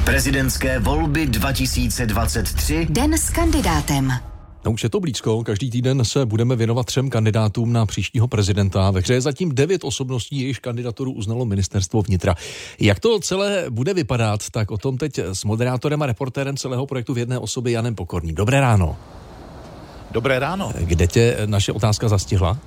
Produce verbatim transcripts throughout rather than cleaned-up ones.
Prezidentské volby dva tisíce dvacet tři. Den s kandidátem. No už je to blízko, každý týden se budeme věnovat třem kandidátům na příštího prezidenta. Ve hře je zatím devět osobností, jejichž kandidaturu uznalo ministerstvo vnitra. Jak to celé bude vypadat, tak o tom teď s moderátorem a reportérem celého projektu v jedné osobě Janem Pokorným. Dobré ráno. Dobré ráno. Kde tě naše otázka zastihla?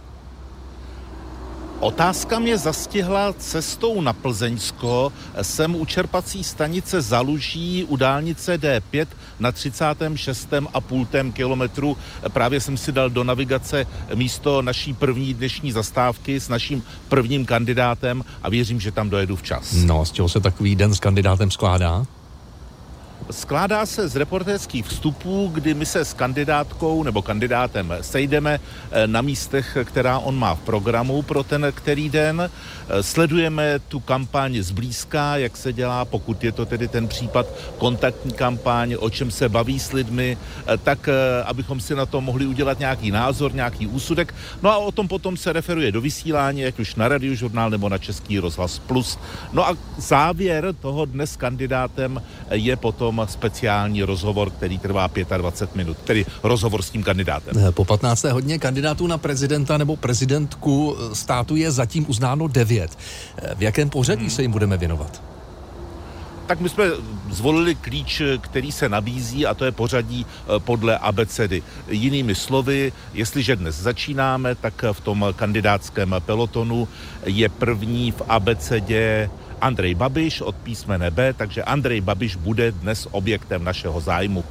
Otázka mě zastihla cestou na Plzeňsko. Jsem u čerpací stanice Zaluží u dálnice D pět na třicátém šestém a půl kilometru. Právě jsem si dal do navigace místo naší první dnešní zastávky s naším prvním kandidátem a věřím, že tam dojedu včas. No, z čeho se takový den s kandidátem skládá? Skládá se z reportérských vstupů, kdy my se s kandidátkou nebo kandidátem sejdeme na místech, která on má v programu pro ten který den. Sledujeme tu kampaň zblízka, jak se dělá, pokud je to tedy ten případ kontaktní kampaň, o čem se baví s lidmi, tak abychom si na to mohli udělat nějaký názor, nějaký úsudek. No a o tom potom se referuje do vysílání, ať už na Radiožurnál nebo na Český rozhlas Plus. No a závěr toho dne s kandidátem je potom speciální rozhovor, který trvá dvacet pět minut, tedy rozhovor s tím kandidátem. Po patnácté hodině kandidátů na prezidenta nebo prezidentku státu je zatím uznáno devět. V jakém pořadí hmm. se jim budeme věnovat? Tak my jsme zvolili klíč, který se nabízí, a to je pořadí podle abecedy. Jinými slovy, jestliže dnes začínáme, tak v tom kandidátském pelotonu je první v abecedě Andrej Babiš od písmene B, takže Andrej Babiš bude dnes objektem našeho zájmu.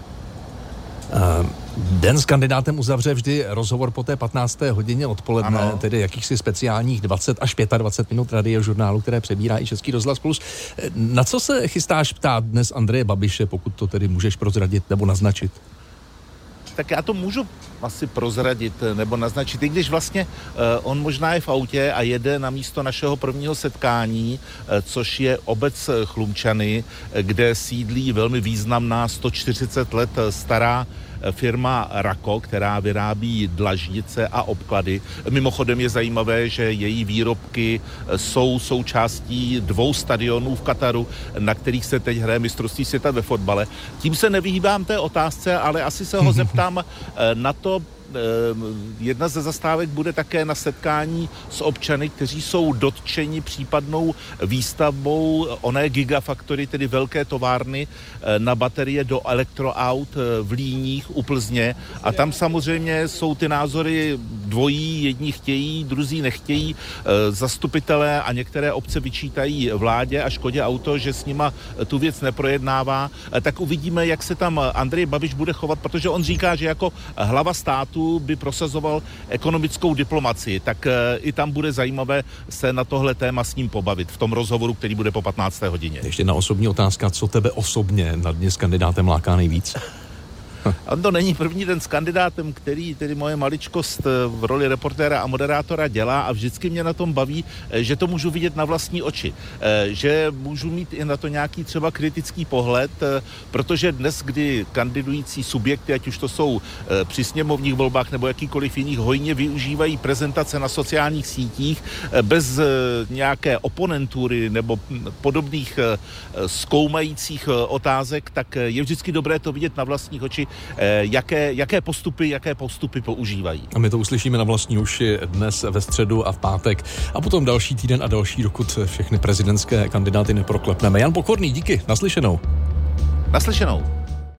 Den s kandidátem uzavře vždy rozhovor po té patnácté hodině odpoledne, ano. Tedy jakýchsi speciálních dvacet až dvacet pět minut Radiožurnálu, které přebírá i Český rozhlas Plus. Na co se chystáš ptát dnes Andreje Babiše, pokud to tedy můžeš prozradit nebo naznačit? Tak já to můžu asi prozradit nebo naznačit, i když vlastně uh, on možná je v autě a jede na místo našeho prvního setkání, uh, což je obec Chlumčany, kde sídlí velmi významná sto čtyřicet let stará firma Rako, která vyrábí dlaždice a obklady. Mimochodem je zajímavé, že její výrobky jsou součástí dvou stadionů v Kataru, na kterých se teď hraje mistrovství světa ve fotbale. Tím se nevyhýbám té otázce, ale asi se ho zeptám na to. Jedna ze zastávek bude také na setkání s občany, kteří jsou dotčeni případnou výstavbou oné Gigafactory, tedy velké továrny na baterie do elektroaut v Líních u Plzně. A tam samozřejmě jsou ty názory dvojí, jedni chtějí, druzí nechtějí. Zastupitelé a některé obce vyčítají vládě a Škodě Auto, že s nima tu věc neprojednává. Tak uvidíme, jak se tam Andrej Babiš bude chovat, protože on říká, že jako hlava státu by prosazoval ekonomickou diplomacii, tak i tam bude zajímavé se na tohle téma s ním pobavit v tom rozhovoru, který bude po patnácté hodině. Ještě na osobní otázka, co tebe osobně na dně s kandidátem láká nejvíc? On to není první den s kandidátem, který tedy moje maličkost v roli reportéra a moderátora dělá a vždycky mě na tom baví, že to můžu vidět na vlastní oči. Že můžu mít i na to nějaký třeba kritický pohled, protože dnes, kdy kandidující subjekty, ať už to jsou při sněmovních volbách nebo jakýkoliv jiných, hojně využívají prezentace na sociálních sítích bez nějaké oponentury nebo podobných zkoumajících otázek, tak je vždycky dobré to vidět na vlastních oči, Jaké, jaké postupy, jaké postupy používají. A my to uslyšíme na vlastní uši dnes ve středu a v pátek a potom další týden a další, dokud všechny prezidentské kandidáty neproklepneme. Jan Pokorný, díky, naslyšenou. Naslyšenou.